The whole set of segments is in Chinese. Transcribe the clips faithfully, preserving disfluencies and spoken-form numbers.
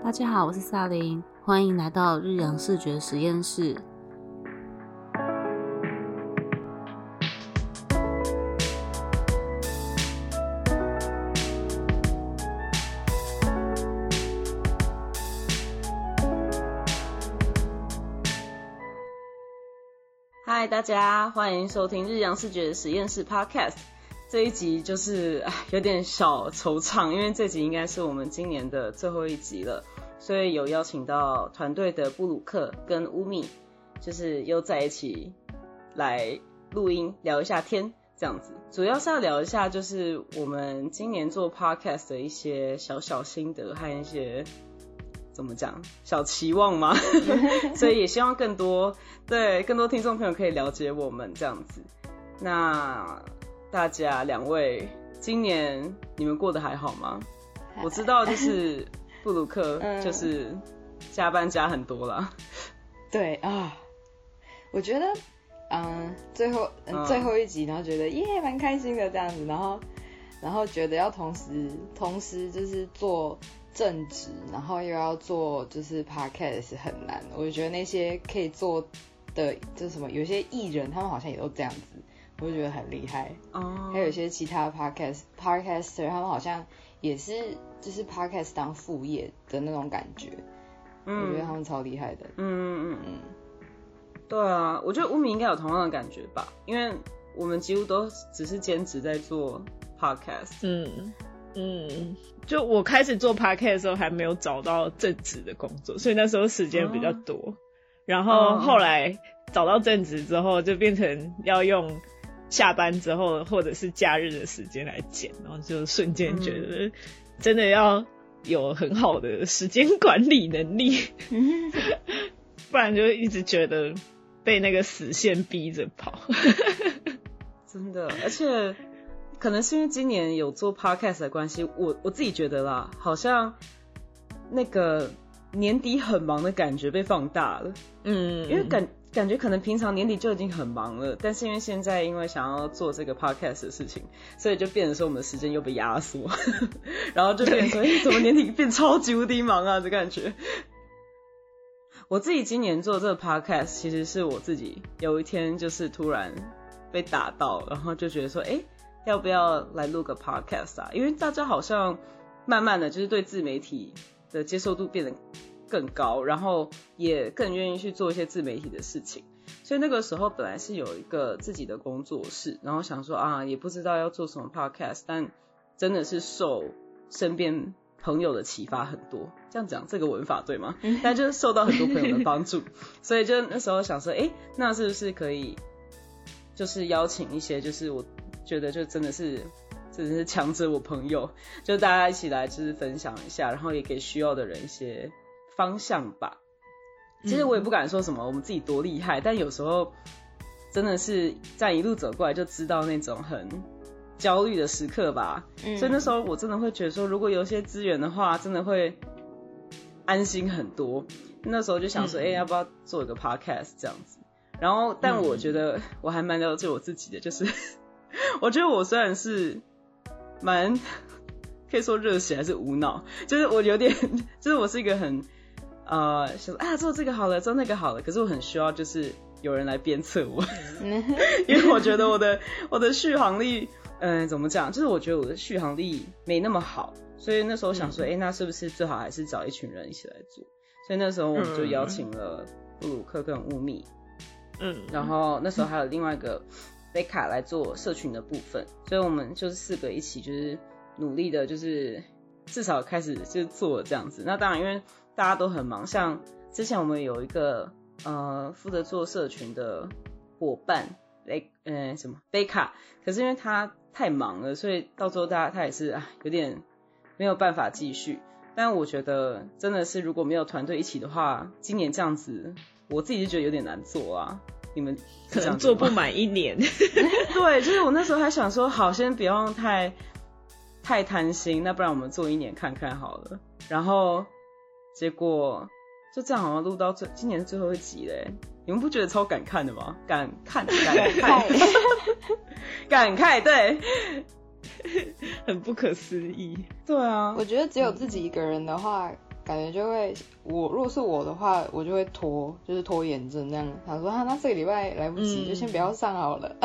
大家好，我是萨琳，欢迎来到日阳视觉实验室。嗨，大家欢迎收听日阳视觉实验室 Podcast。这一集就是有点小惆怅，因为这集应该是我们今年的最后一集了，所以有邀请到团队的布鲁克跟乌米，就是又在一起来录音聊一下天这样子。主要是要聊一下就是我们今年做 Podcast 的一些小小心得和一些怎么讲小期望吗？所以也希望更多对更多听众朋友可以了解我们这样子。那大家两位今年你们过得还好吗？我知道就是布鲁克就是加班加很多啦。 对啊，我觉得嗯最后、嗯、最后一集然后觉得耶蛮开心的这样子，然后然后觉得要同时同时就是做正职，然后又要做就是 podcast 很难。我觉得那些可以做的就是什么，有些艺人他们好像也都这样子，我就觉得很厉害。哦，还有一些其他 podcast podcaster 他们好像也是就是 podcast 当副业的那种感觉。嗯，我觉得他们超厉害的。嗯嗯嗯嗯， 对啊，我觉得乌米应该有同样的感觉吧，因为我们几乎都只是兼职在做 podcast。 嗯嗯，就我开始做 podcast 的时候还没有找到正职的工作，所以那时候时间比较多。哦，然后后来找到正职之后，就变成要用下班之后或者是假日的时间来剪，然后就瞬间觉得真的要有很好的时间管理能力，不然就一直觉得被那个死线逼着跑。 真的，而且可能是因为今年有做 podcast 的关系，我我自己觉得啦，好像那个年底很忙的感觉被放大了。嗯，因为感感觉可能平常年底就已经很忙了，但是因为现在因为想要做这个 podcast 的事情，所以就变成说我们的时间又被压缩，然后就变成说，哎，怎么年底变超级无敌忙啊？这感觉。我自己今年做这个 podcast， 其实是我自己有一天就是突然被打到，然后就觉得说，哎，要不要来录个 podcast 啊？因为大家好像慢慢的就是对自媒体的接受度变得更高，然后也更愿意去做一些自媒体的事情，所以那个时候本来是有一个自己的工作室，然后想说啊，也不知道要做什么 podcast， 但真的是受身边朋友的启发很多，这样讲这个文法对吗？但就是受到很多朋友的帮助，所以就那时候想说，哎，那是不是可以就是邀请一些就是我觉得就真的是真的是强者我朋友，就大家一起来就是分享一下，然后也给需要的人一些方向吧。其实我也不敢说什么我们自己多厉害，但有时候真的是这样一路走过来就知道那种很焦虑的时刻吧。嗯，所以那时候我真的会觉得说，如果有一些资源的话，真的会安心很多。那时候就想说，哎、嗯欸，要不要做一个 podcast 这样子？然后，但我觉得我还蛮了解我自己的，就是我觉得我虽然是蛮可以说热血还是无脑，就是我有点，就是我是一个很呃想说啊做这个好了，做那个好了，可是我很需要就是有人来鞭策我，因为我觉得我的我的续航力，嗯、呃、怎么讲，就是我觉得我的续航力没那么好，所以那时候想说，哎、欸，那是不是最好还是找一群人一起来做？所以那时候我们就邀请了布鲁克跟乌米，嗯，然后那时候还有另外一个贝卡来做社群的部分，所以我们就是四个一起就是努力的，就是至少开始就做这样子。那当然因为大家都很忙，像之前我们有一个呃负责做社群的伙伴，贝呃什么贝卡，可是因为他太忙了，所以到最后大家他也是啊有点没有办法继续。但我觉得真的是如果没有团队一起的话，今年这样子我自己就觉得有点难做啊。你们可能做不满一年。 对，就是我那时候还想说，好，先不用太太贪心，那不然我们做一年看看好了。然后结果就这样，好像录到最今年是最后一集嘞。你们不觉得超感慨的吗？感慨，感慨，感慨，对， 很不可思议。 对啊， 我觉得只有自己一个人的话， 感觉就会，我如果是我的话，我就会拖，就是拖延症这样。他说啊，那这个礼拜来不及，嗯、就先不要上好了。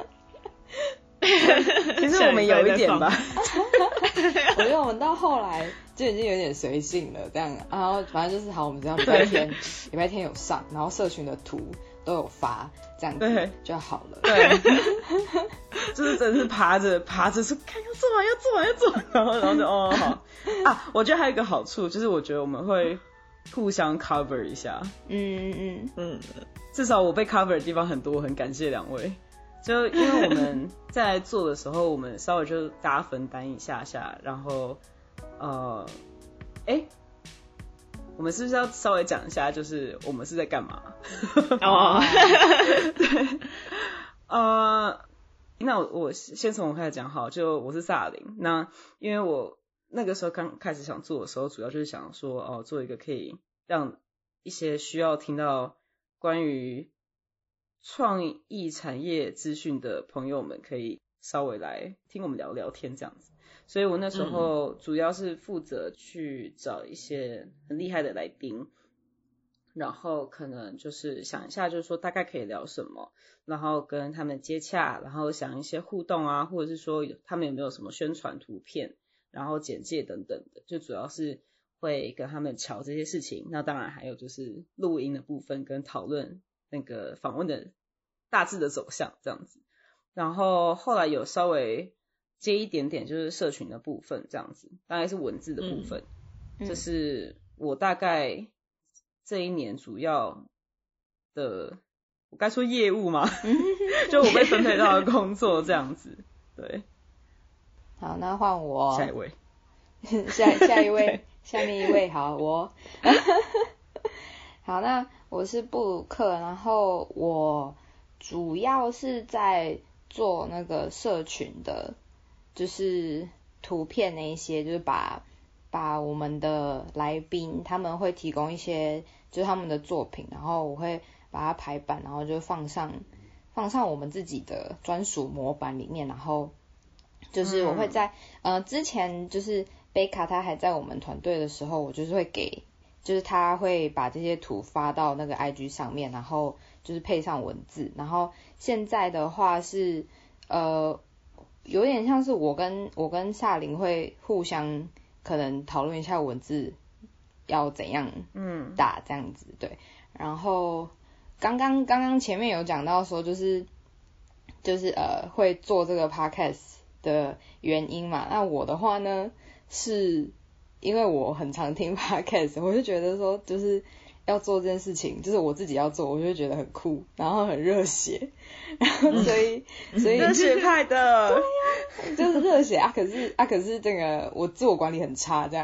其实我们有一点吧， 我觉得我们到后来就已经有点随性了，这样，然后反正就是好，我们这样礼拜天礼拜天有上，然后社群的图都有发，这样子就好了。 对，就是真的是爬着爬着说，看要做完要做完要做完，然后然后就哦好啊，我觉得还有一个好处就是我觉得我们会互相 cover 一下， 嗯嗯嗯， 至少我被 cover 的地方很多，我很感谢两位。就因为我们在做的时候，我们稍微就大家分担一下下，然后呃，哎、欸，我们是不是要稍微讲一下，就是我们是在干嘛？ 哦， 对，呃，那我我先从我开始讲好，就我是萨林。那因为我那个时候刚开始想做的时候，主要就是想说，哦、呃，做一个可以让一些需要听到关于创意产业资讯的朋友们可以稍微来听我们聊聊天这样子，所以我那时候主要是负责去找一些很厉害的来宾，然后可能就是想一下就是说大概可以聊什么，然后跟他们接洽，然后想一些互动啊，或者是说他们有没有什么宣传图片，然后简介等等的，就主要是会跟他们瞧这些事情。那当然还有就是录音的部分跟讨论那个访问的大致的走向这样子，然后后来有稍微接一点点就是社群的部分这样子，大概是文字的部分，这、嗯就是我大概这一年主要的，我该说业务吗？就我被分配到的工作这样子，对。 好，那换我。 下一位。 下下一位，下面一位，好，我。好，那我是布鲁克，然后我主要是在做那个社群的，就是图片那一些，就是把把我们的来宾他们会提供一些就是他们的作品，然后我会把它排版，然后就放上放上我们自己的专属模板里面，然后就是我会在、嗯、呃之前就是贝卡他还在我们团队的时候，我就是会给。就是他会把这些图发到那个 I G 上面，然后就是配上文字，然后现在的话是呃有点像是我跟我跟萨林会互相可能讨论一下文字要怎样嗯打这样子，对。然后刚刚刚刚前面有讲到说就是就是呃会做这个 podcast 的原因嘛，那我的话呢是因为我很常听 podcast， 我就觉得说就是要做这件事情，就是我自己要做，我就觉得很酷，然后很热血，然后所以、嗯、所以热血派的， 对呀、啊，就是热血啊，可是啊可是这个我自我管理很差这样，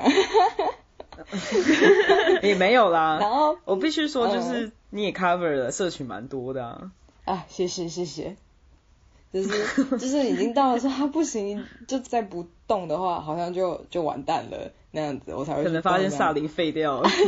也没有啦， 然后我必须说就是你也 cover 了社群蛮多的啊， 啊谢谢谢谢。就是就是已经到了说他不行，就再不动的话，好像就就完蛋了那样子，我才会可能发现萨林废掉了。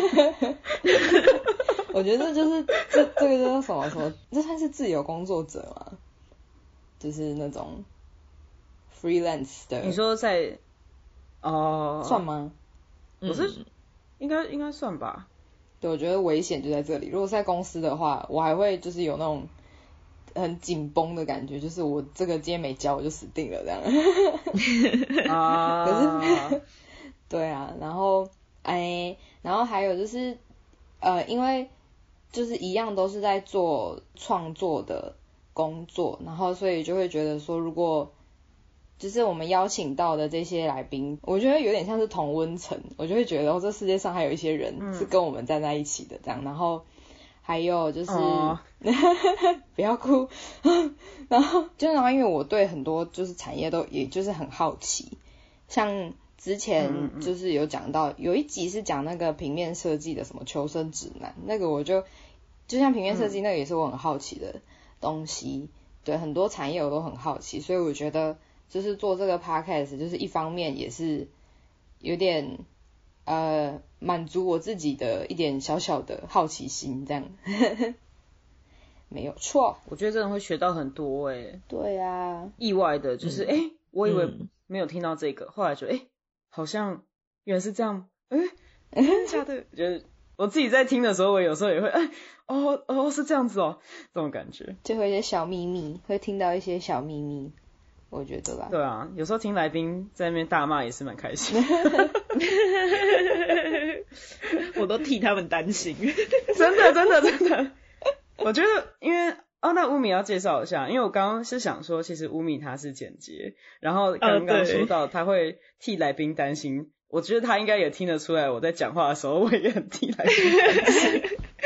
我觉得就是这这个叫什么什么，这算是自由工作者嘛，就是那种 freelance 的。 你说在哦、呃、 算吗？ 我是、嗯、应该应该算吧。 对，我觉得危险就在这里。如果是在公司的话，我还会就是有那种。很紧绷的感觉，就是我这个今天没交我就死定了这样。啊，可是对啊，然后哎，然后还有就是呃，因为就是一样都是在做创作的工作，然后所以就会觉得说，如果就是我们邀请到的这些来宾，我觉得有点像是同温层，我就会觉得哦，这世界上还有一些人是跟我们站在一起的这样，然后。还有就是、哦、不要哭然后就然后因为我对很多就是产业都也就是很好奇，像之前就是有讲到、嗯、有一集是讲那个平面设计的什么求生指南，那个我就就像平面设计那个也是我很好奇的东西、嗯、对，很多产业我都很好奇，所以我觉得就是做这个 podcast 就是一方面也是有点呃，满足我自己的一点小小的好奇心，这样没有错。 我觉得真的会学到很多诶、欸。 对啊， 意外的就是诶、嗯欸，我以为没有听到这个，嗯、后来就诶、欸，好像原来是这样，诶、欸， 真的假的？就是我自己在听的时候，我有时候也会，哎，哦哦，是这样子哦，这种感觉。 就会有一些小秘密，会听到一些小秘密，我觉得吧。 对啊，有时候听来宾在那边大骂也是蛮开心的。 我都替他们担心。 真的真的真的。我觉得因为哦，那乌米要介绍一下，因为我刚刚是想说，其实乌米他是剪接，然后刚刚说到他会替来宾担心，哦，我觉得他应该也听得出来，我在讲话的时候我也很替来宾担心。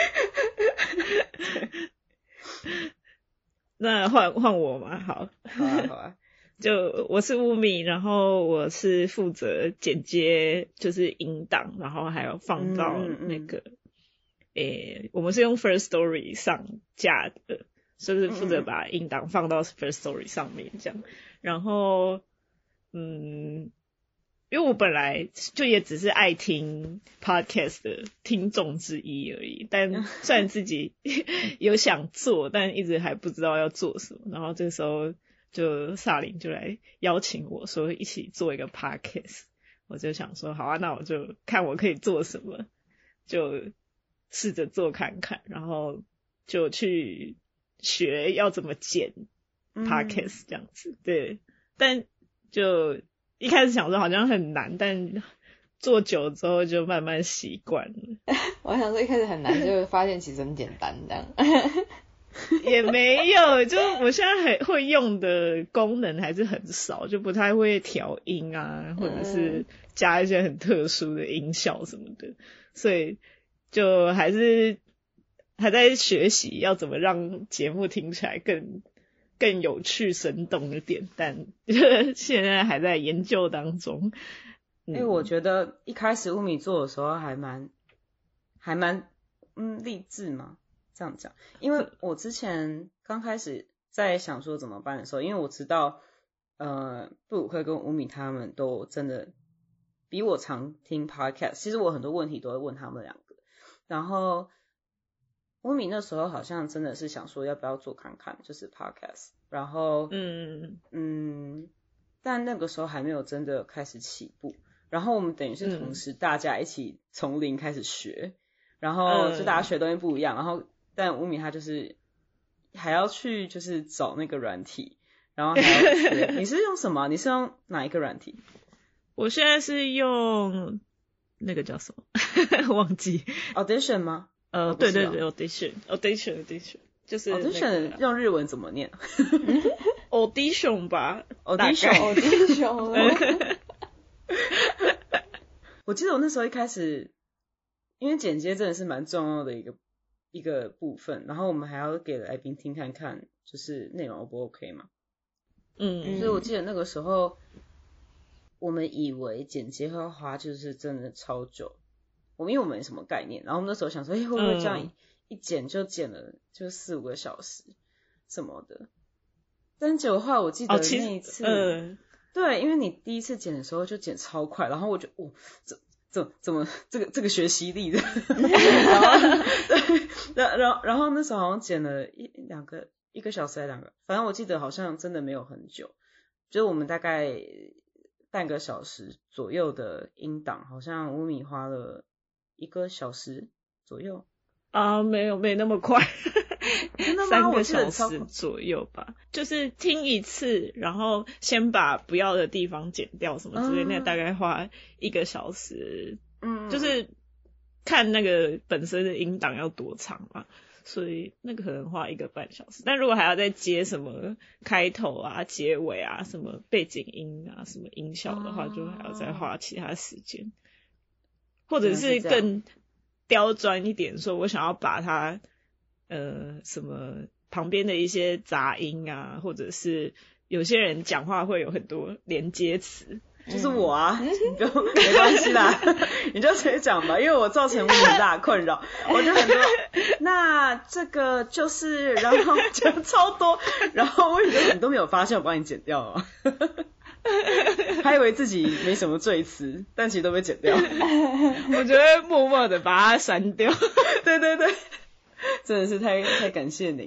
那换换我嘛，好， 好啊好啊。 就我是乌米，然后我是负责剪接，就是音档，然后还有放到那个，嗯嗯嗯诶，我们是用 First Story 上架的，就是负责把音档放到 First Story 上面这样。然后，嗯，因为我本来就也只是爱听 Podcast 的听众之一而已，但虽然自己有想做，但一直还不知道要做什么。然后这个时候就萨林就来邀请我说一起做一个 Podcast， 我就想说好啊，那我就看我可以做什么，就试着做看看，然后就去学要怎么剪 podcast 这样子，嗯，对，但就一开始想说好像很难，但做久之后就慢慢习惯了。 我想说一开始很难，就发现其实很简单这样。 也没有，就我现在很会用的功能还是很少，就不太会调音啊，或者是加一些很特殊的音效什么的，所以就还是还在学习要怎么让节目听起来更更有趣生动一点，但现在还在研究当中。 因为、嗯欸、我觉得一开始乌米做的时候还蛮还蛮嗯励志嘛，这样讲。因为我之前刚开始在想说怎么办的时候，因为我知道呃布鲁克跟乌米他们都真的比我常听 podcast， 其实我很多问题都会问他们两个。然后乌米那时候好像真的是想说要不要做看看，就是 podcast， 然后嗯嗯，但那个时候还没有真的开始起步，然后我们等于是同时大家一起从零开始学，嗯、然后就大家学的东西不一样，然后但乌米他就是还要去就是找那个软体，然后还要学。你是用什么？你是用哪一个软体？ 我现在是用那个叫什么忘记 Audition 吗？ 呃，对对对 Audition Audition Audition 就是、那個、 Audition 用日文怎么念 ？Audition 吧 Audition Audition 我记得我那时候一开始因为剪接真的是蛮重要的一个一个部分，然后我们还要给来宾听看看就是内容 O 不 OK 嘛，嗯，所以我记得那个时候我们以为剪接会花就是真的超久，我们因为我们没什么概念，然后我们那时候想说，哎、欸，会不会这样一剪就剪了就四五个小时什么的？但结果后来我记得那一次，哦呃、对，因为你第一次剪的时候就剪超快，然后我就，哦，怎怎怎么这个这个学习力的，然后对，然然后然后那时候好像剪了一两个一个小时还两个，反正我记得好像真的没有很久，就是我们大概半个小时左右的音档，好像乌米花了一个小时左右啊，没有没那么快，三个小时左右吧。就是听一次，然后先把不要的地方剪掉什么之类，嗯、那大概花一个小时。嗯，就是看那个本身的音档要多长嘛，所以那个可能花一个半小时。但如果还要再接什么开头啊、结尾啊、什么背景音啊、什么音效的话，就还要再花其他时间，或者是更刁钻一点，说我想要把它呃什么旁边的一些杂音啊，或者是有些人讲话会有很多连接词。 就是我啊，你就没关系啦，你就直接讲吧，因为我造成我很大的困扰，我就很多，那这个就是，然后就超多，然后我以为你都没有发现我帮你剪掉了，还以为自己没什么赘词，但其实都被剪掉， 我觉得默默的把它删掉， 对对对，真的是太太感谢您，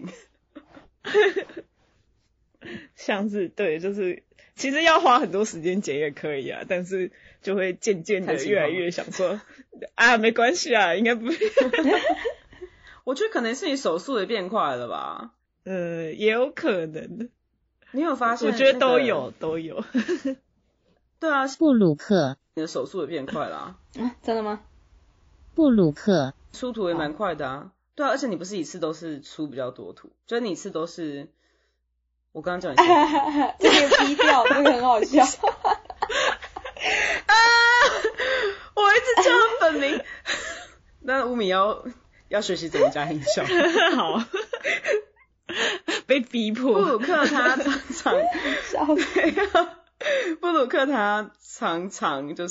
像是对，就是。其实要花很多时间剪也可以啊，但是就会渐渐的越来越想说， 啊，没关系啊，应该不我觉得可能是你手速也变快了吧。 嗯，也有可能。 你有发现、 那個？我觉得都有，都有。 对啊， 布鲁克， 你的手速也变快啦、 啊。啊，真的吗？ 布鲁克出图也蛮快的啊。对啊，而且你不是一次都是出比较多图，就是你一次都是，我刚刚叫你这个低调，这个很好笑。 啊！我一直叫他本名，那乌米要要学习怎么加音效。 好，被逼迫。 布鲁克他常常笑死。 布鲁克他常常就是，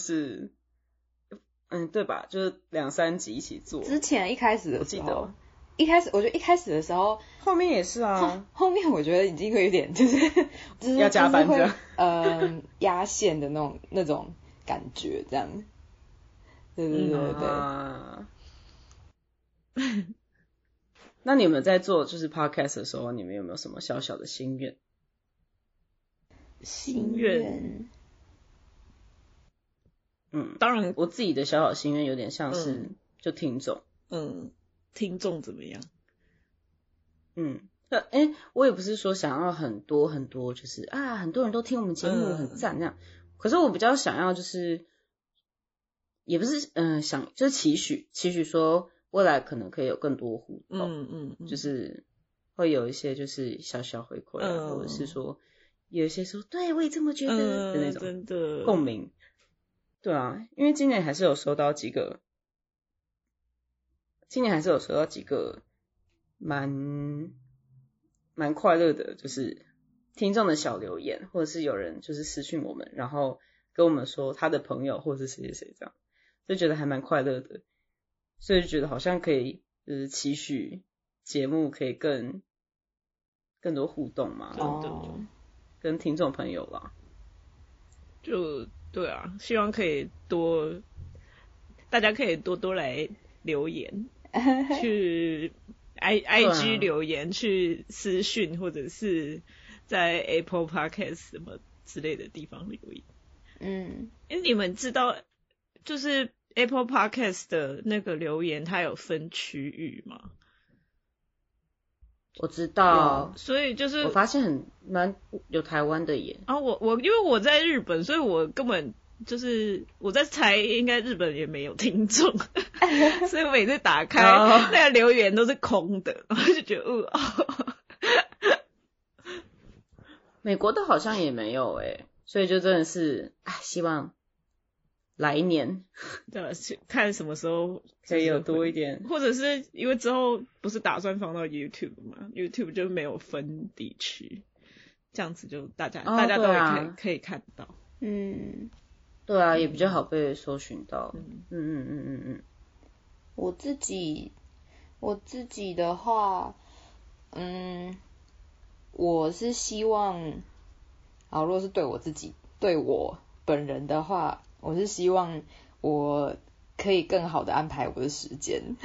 嗯，对吧？就是两三集一起做。 之前一开始的时候， 我记得一开始我觉得一开始的时候， 后面也是啊。 后, 后面我觉得已经会有点就是就是要加班的， 嗯，压线的那种那种感觉，这样。对对对对对。 啊、那你们在做就是 podcast 的时候，你们有没有什么小小的心愿？ 心愿， 嗯， 当然， 我自己的小小心愿有点像是、嗯、就听众， 嗯，听众怎么样？ 嗯，呃，哎，我也不是说想要很多很多，就是啊，很多人都听我们节目、嗯、很赞那样，可是我比较想要就是，也不是嗯、呃、想就是期许期许说未来可能可以有更多互动， 嗯嗯嗯， 就是会有一些就是小小回馈啊，嗯、或者是说。有一些说对我也这么觉得的那种真的共鸣，对啊，因为今年还是有收到几个，今年还是有收到几个蛮蛮快乐的，就是听众的小留言，或者是有人就是私讯我们，然后跟我们说他的朋友或者是谁谁谁这样，就觉得还蛮快乐的，所以就觉得好像可以就是期许节目可以更更多互动嘛， 真的。 跟听众朋友啦， 就对啊，希望可以多，大家可以多多来留言，去 i i g 留言，去私讯或者是在 Apple Podcast 什么之类的地方留言。 嗯， 因为你们知道，就是 Apple Podcast 的那个留言，它有分区域吗？ 我知道， 所以就是我发现很蛮有台湾的耶。 啊，我我因为我在日本，所以我根本就是我在猜，应该日本也没有听众，所以我每次打开、oh. 那个留言都是空的，然后就觉得呃、哦， 美国的好像也没有诶，所以就真的是，哎，希望来年， 对，看什么时候可以有多一点， 或者是因为之后不是打算放到 YouTube 嘛 ，YouTube 就没有分地区，这样子就大家、哦、大家都可以、啊、可以看到， 嗯， 对啊，也比较好被搜寻到， 嗯嗯嗯嗯嗯嗯。 我自己我自己的话，嗯，我是希望，好，如果是对我自己对我本人的话。我是希望我可以更好的安排我的时间，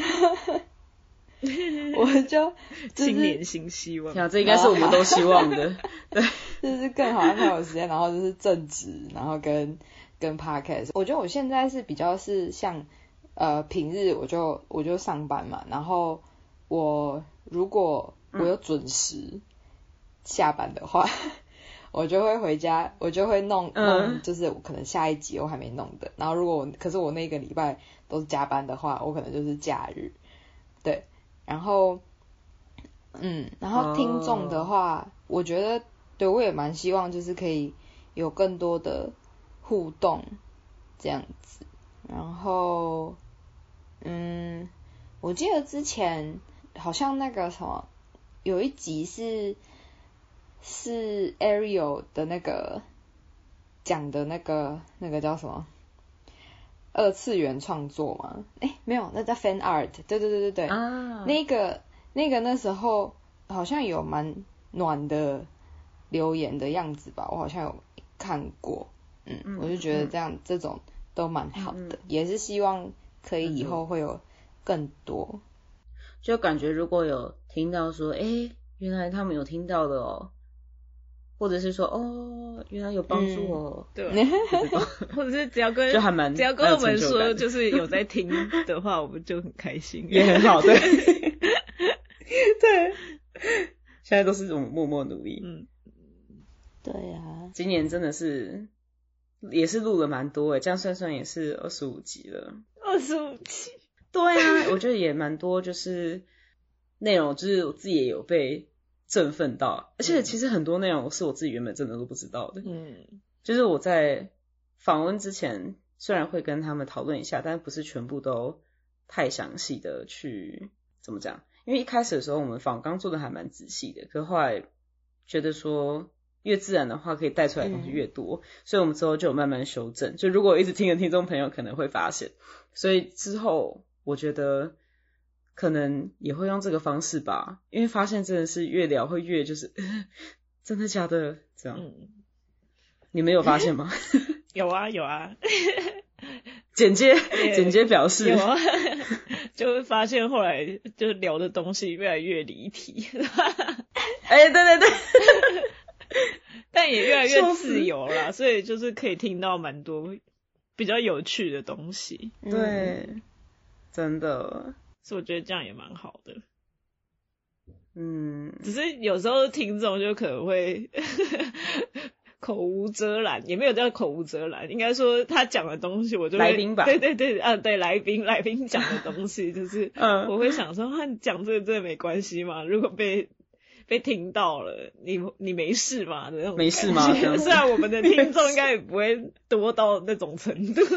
我就、就是、 新年新希望， 啊，这应该是我们都希望的，对， 就是更好安排我的时间，然后就是正职，然后跟跟 podcast， 我觉得我现在是比较是像呃平日我就我就上班嘛，然后我如果我有准时下班的话。嗯我就会回家，我就会弄弄，就是我可能下一集我还没弄的。然后如果我，可是我那个礼拜都是加班的话，我可能就是假日，对。然后，嗯，然后听众的话， oh. 我觉得对我也蛮希望，就是可以有更多的互动这样子。然后，嗯，我记得之前好像那个什么，有一集是。是 Ariel 的那个讲的那个那个叫什么二次元创作吗？诶没有，那叫 fan art。对对对对对，啊，那个那个那时候好像有蛮暖的留言的样子吧，我好像有看过，嗯，嗯我就觉得这样、嗯、这种都蛮好的、嗯，也是希望可以以后会有更多。 就感觉如果有听到说，诶原来他们有听到的哦。 或者是说哦，原来有帮助哦， 嗯、对，或者是只要跟就还蛮只要跟我们说就是有在听的话，我们就很开心， 也很好，对，对，现在都是这种默默努力， 嗯，对啊， 今年真的是也是录了蛮多诶，这样算算也是二十五集了， 二十五集， 对啊，我觉得也蛮多，就是内容就是我自己也有被振奋到，而且其实很多内容是我自己原本真的都不知道的。嗯，就是我在访问之前，虽然会跟他们讨论一下，但不是全部都太详细的去怎么讲。因为一开始的时候我们访纲做的还蛮仔细的，可后来觉得说越自然的话可以带出来的东西越多，嗯、所以我们之后就有慢慢修正。就如果一直听的听众朋友可能会发现，所以之后我觉得可能也会用这个方式吧，因为发现真的是越聊会越就是真的假的这样。嗯，你们有发现吗？ 有啊有啊， 简介简介表示有啊，就会发现后来就聊的东西越来越离题。 哎、欸，对对对， 但也越来越自由啦，所以就是可以听到蛮多比较有趣的东西。 对，嗯、真的。 所以我觉得这样也蛮好的， 嗯， 只是有时候听众就可能会口无遮拦，也没有叫口无遮拦，应该说他讲的东西我就会来宾吧， 对对对，啊对，来宾来宾讲的东西就是，嗯，我会想说，他讲这个真的没关系吗？如果被被听到了，你你没事吗？的那种没事吗？ 虽然我们的听众应该也不会多到那种程度，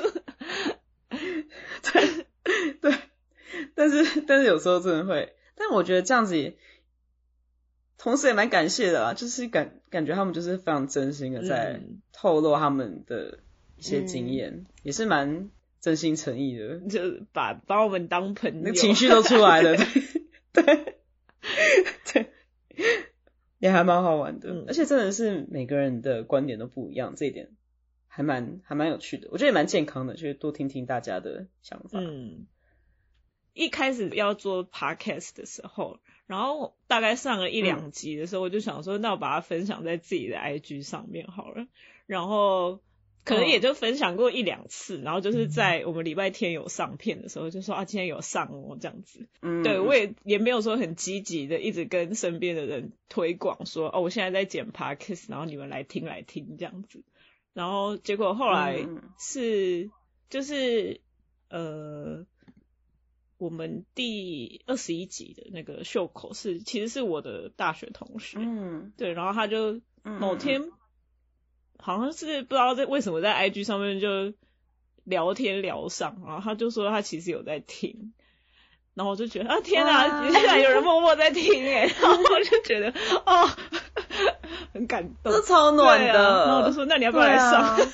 对对。但是但是有时候真的会，但我觉得这样子也同时也蛮感谢的啦，就是感感觉他们就是非常真心的在透露他们的一些经验，嗯、也是蛮真心诚意的， 就把把我们当朋友， 那情绪都出来了，对对对，也还蛮好玩的，嗯、而且真的是每个人的观点都不一样，这一点还蛮还蛮有趣的，我觉得也蛮健康的，就是多听听大家的想法。嗯。 一开始要做 podcast 的时候，然后大概上了一两集的时候，我就想说，那我把它分享在自己的 I G 上面好了。然后可能也就分享过一两次，然后就是在我们礼拜天有上片的时候，就说啊，今天有上哦这样子。嗯，对我也也没有说很积极的一直跟身边的人推广说，哦，我现在在剪 podcast， 然后你们来听来听这样子。然后结果后来是就是呃。我们第二十一集的那个秀口是其实是我的大学同学，嗯，对，然后他就某天、嗯、好像是不知道在为什么在 I G 上面就聊天聊上，然后他就说他其实有在听，然后我就觉得啊天哪，竟然有人默默在听耶，然后我就觉得哦很感动， 这超暖的， 啊、然后我就说那你要不要来上？啊、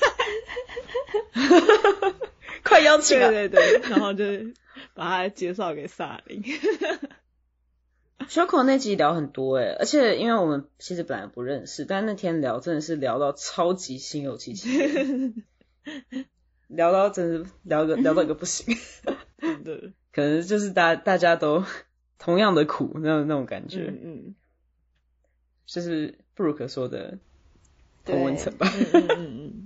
快邀请啊！ 对对对，然后就把他介绍给萨林。 修口那集聊很多诶，而且因为我们其实本来不认识，但那天聊真的是聊到超级心有戚戚，聊到真的聊个聊到一个不行， 真的， 可能就是大大家都同样的苦那种那种感觉，嗯嗯，就是布鲁克说的同温层吧，嗯嗯嗯嗯。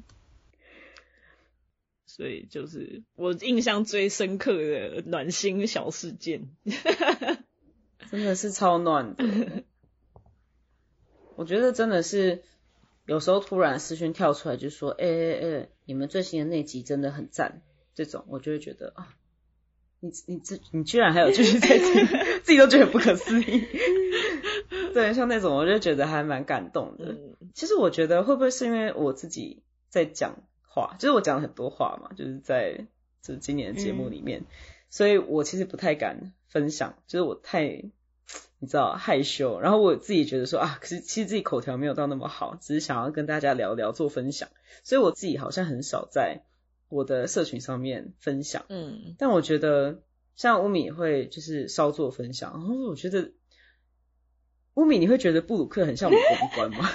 所以就是我印象最深刻的暖心小事件， 真的是超暖的。我觉得真的是有时候突然私讯跳出来就说，哎哎哎，你们最新的那集真的很赞，这种我就会觉得啊，你你这你居然还有继续在听，自己都觉得不可思议。对，像那种我就觉得还蛮感动的。嗯、其实我觉得会不会是因为我自己在讲话，就是我讲了很多话嘛，就是在就是今年的节目里面、嗯、所以我其实不太敢分享，就是我太你知道害羞，然后我自己觉得说啊，可是其实自己口条没有到那么好，只是想要跟大家聊聊做分享，所以我自己好像很少在我的社群上面分享，嗯，但我觉得像乌米也会就是稍作分享，然后我觉得乌米你会觉得布鲁克很像我公关吗？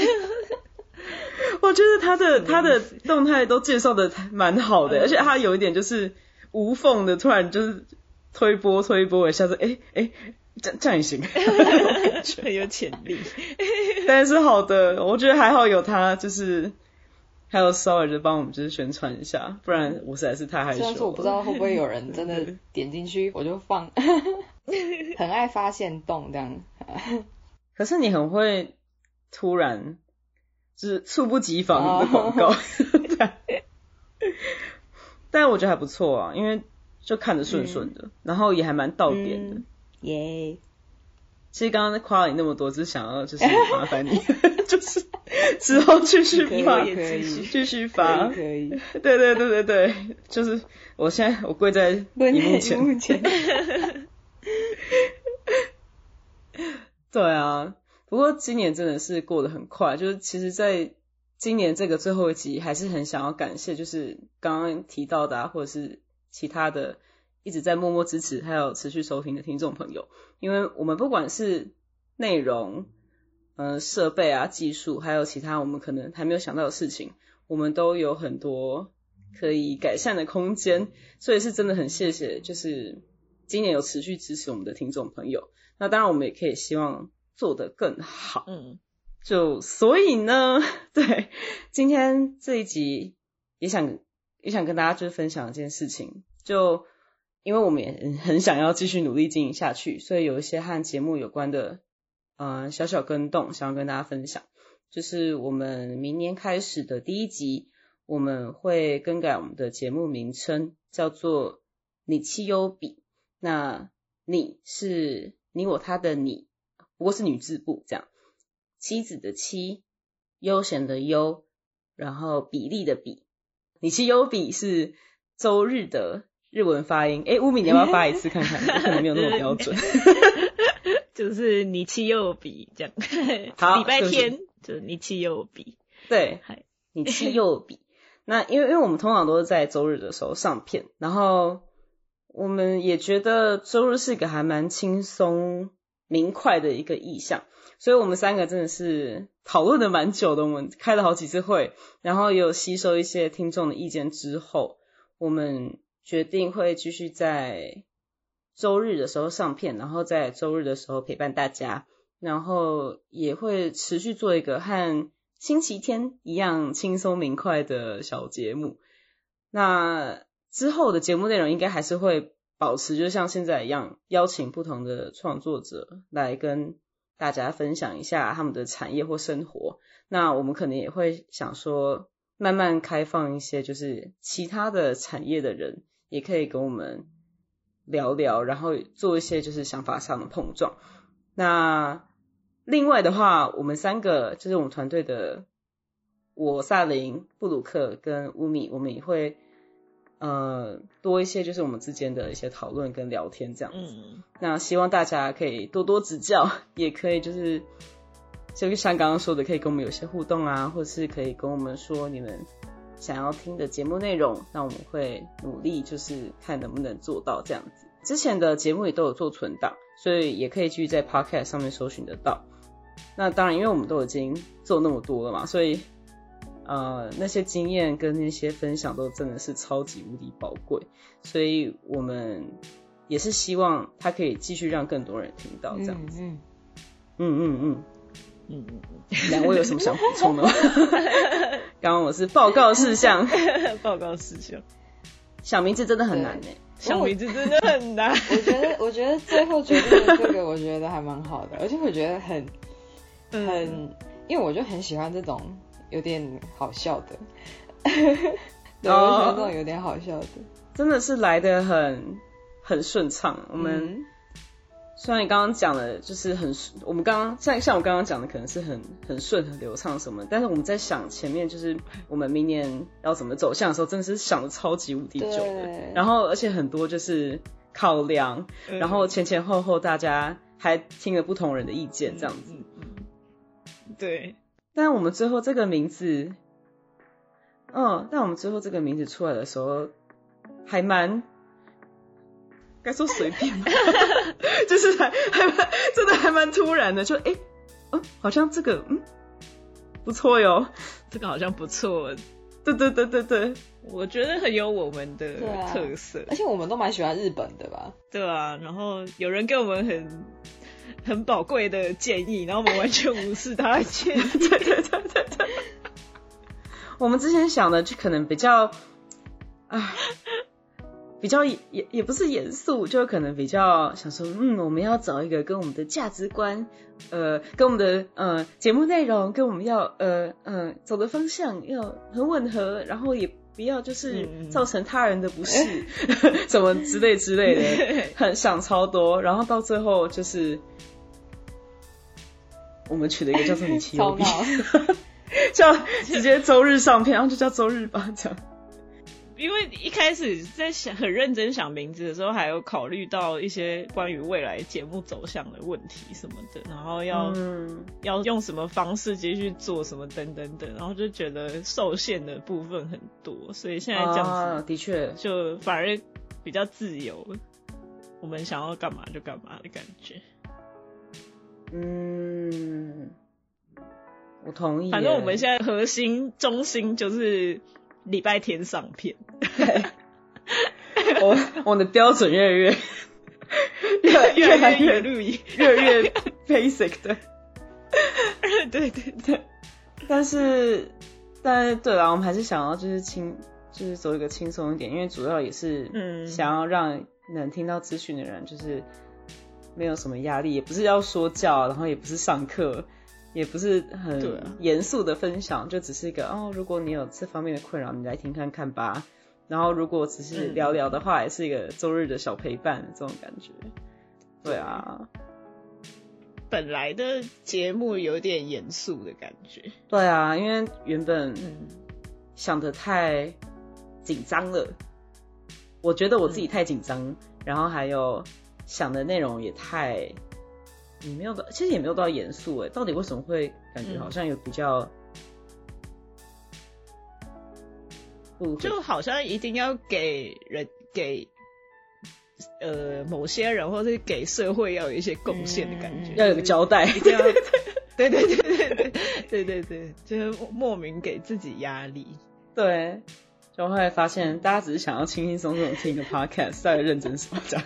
我觉得他的他的动态都介绍的蛮好的，而且他有一点就是无缝的，突然就是推波推波一下子，哎哎，这这样也行， 很有潜力。 但是好的，我觉得还好有他，就是还有稍微的帮我们就是宣传一下，不然我实在是太害羞了。 虽然说我不知道会不会有人真的点进去，我就放，很爱发现动这样。 可是你很会突然就是猝不及防的广告，哦、但我觉得还不错啊，因为就看着顺顺的、嗯，然后也还蛮到点的， 耶、嗯。Yeah. 其实刚刚夸了你那么多，只是想要就是麻烦你，就是之后继续发，继续发， 可以，可以对对对对对，就是我现在我跪在荧幕前， 荧幕前对啊，不过今年真的是过得很快，就是其实在今年这个最后一集还是很想要感谢就是刚刚提到的啊，或者是其他的一直在默默支持还有持续收听的听众朋友，因为我们不管是内容呃设备啊技术还有其他我们可能还没有想到的事情，我们都有很多可以改善的空间，所以是真的很谢谢就是今年有持续支持我们的听众朋友，那当然我们也可以希望做得更好，嗯，就所以呢，对，今天这一集也想也想跟大家就是分享一件事情，就因为我们也很想要继续努力经营下去，所以有一些和节目有关的呃小小更动想要跟大家分享，就是我们明年开始的第一集我们会更改我们的节目名称，叫做你妻优比，那你是你我他的你，不过是女字部这样，妻子的妻，悠闲的悠，然后比例的比，你妻优比是周日的日文发音，诶，乌米你要不要发一次看看？我可能没有那么标准。 就是你妻优比这样。 好， 礼拜天就是你妻优比。 对，你妻优比。那因为因为我们通常都是在周日的时候上片，然后我们也觉得周日是一个还蛮轻松明快的一个意象，所以我们三个真的是讨论的蛮久的，我们开了好几次会，然后也有吸收一些听众的意见之后，我们决定会继续在周日的时候上片，然后在周日的时候陪伴大家，然后也会持续做一个和星期天一样轻松明快的小节目。那之后的节目内容应该还是会保持就像现在一样，邀请不同的创作者来跟大家分享一下他们的产业或生活，那我们可能也会想说慢慢开放一些就是其他的产业的人也可以跟我们聊聊，然后做一些就是想法上的碰撞。那另外的话，我们三个就是我们团队的我萨林、布鲁克跟乌米，我们也会呃多一些就是我们之间的一些讨论跟聊天这样子、嗯、那希望大家可以多多指教，也可以就是就像刚刚说的可以跟我们有些互动啊，或是可以跟我们说你们想要听的节目内容，那我们会努力就是看能不能做到这样子。之前的节目也都有做存档，所以也可以继续在 Podcast 上面搜寻得到。那当然因为我们都已经做那么多了嘛，所以呃那些经验跟那些分享都真的是超级无敌宝贵，所以我们也是希望它可以继续让更多人听到这样子。嗯嗯嗯嗯嗯嗯嗯，两位有什么想补充的吗？刚刚我是报告事项， 报告事项。 小名字真的很难耶， 小名字真的很难。 我觉得，我觉得最后决定的这个，我觉得还蛮好的，而且我觉得很很、嗯，因为我就很喜欢这种有点好笑的，对，我喜欢这种有点好笑的， 真的是来得很很顺畅。我们。嗯，虽然你刚刚讲的就是很，我们刚刚像像我刚刚讲的可能是很很顺很流畅什么，但是我们在想前面就是我们明年要怎么走向的时候，真的是想的超级无敌久的，然后而且很多就是考量，然后前前后后大家还听了不同人的意见这样子， 对。 但我们最后这个名字，嗯，但我们最后这个名字出来的时候，还蛮。该说随便吧，就是还还蛮真的还蛮突然的，就哎、欸，哦，好像这个嗯不错哟， 这个好像不错， 对对对对对， 我觉得很有我们的特色， 啊、而且我们都蛮喜欢日本的吧？ 对啊，然后有人给我们很很宝贵的建议，然后我们完全无视他的建议。 对对对对对。我们之前想的就可能比较，啊，比较也也不是严肃，就可能比较想说，嗯，我们要找一个跟我们的价值观，呃，跟我们的呃节目内容，跟我们要呃呃走的方向要很吻合，然后也不要就是造成他人的不适，嗯、什么之类之类的，很想超多，然后到最后就是我们取了一个叫做你七 U B。叫直接周日上片，然后就叫周日吧，这样。 因为一开始在想很认真想名字的时候，还有考虑到一些关于未来节目走向的问题什么的，然后要、嗯、要用什么方式继续做什么等等等，然后就觉得受限的部分很多，所以现在这样子、啊、 的确就反而比较自由，我们想要干嘛就干嘛的感觉。 嗯。我同意。 反正我们现在核心中心就是礼拜天上片。 对。我我的标准越来越越越来越越越来越 basic 的。 对对对。 但是但是对啦，我们还是想要就是轻就是走一个轻松一点，因为主要也是想要让能听到资讯的人就是没有什么压力，也不是要说教，然后也不是上课。也不是很严肃的分享、啊、就只是一个哦，如果你有这方面的困扰你来听看看吧，然后如果只是聊聊的话、嗯、也是一个周日的小陪伴这种感觉。对啊， 本来的节目有点严肃的感觉。 对啊，因为原本想得太紧张了，我觉得我自己太紧张、嗯、然后还有想的内容也太也没有到，其实也没有到严肃诶，到底为什么会感觉好像有比较、 嗯、就好像一定要给人给呃某些人或是给社会要有一些贡献的感觉、嗯， 要有个交代， 一定要对对对对对对对对，就是莫名给自己压力。 对，就会发现大家只是想要轻轻松松听一个 podcast， 在认真什么讲。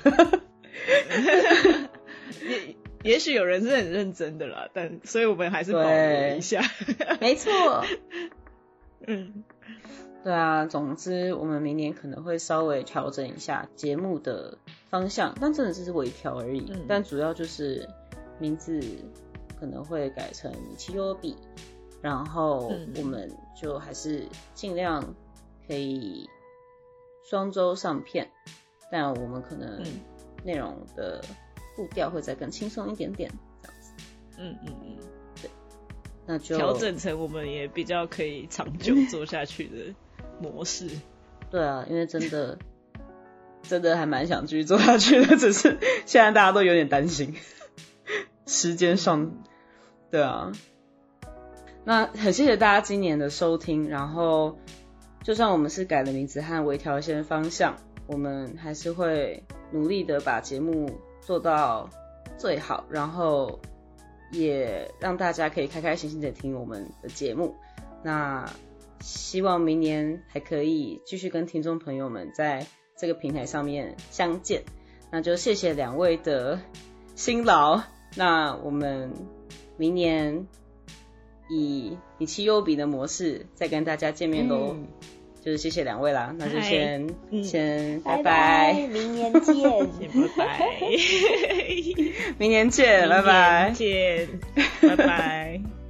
也也许有人是很认真的啦，但所以我们还是保留一下。 没错。 嗯， 对啊，总之我们明年可能会稍微调整一下节目的方向，但真的只是微调而已、嗯、但主要就是名字可能会改成米奇优比，然后我们就还是尽量可以双周上片，但我们可能内容的步调会再更轻松一点点这样子。 嗯嗯嗯， 对，那就调整成我们也比较可以长久做下去的模式。 对啊，因为真的真的还蛮想继续做下去的，只是现在大家都有点担心时间上。对啊，那很谢谢大家今年的收听，然后就算我们是改了名字和微调一些方向，我们还是会努力的把节目做到最好，然后也让大家可以开开心心的听我们的节目。那希望明年还可以继续跟听众朋友们在这个平台上面相见。那就谢谢两位的辛劳，那我们明年以米奇优比的模式再跟大家见面咯、嗯、就是谢谢两位啦，那就先、嗯、先拜拜， 拜拜，明年见拜拜明年见，拜拜， 明年见，拜拜。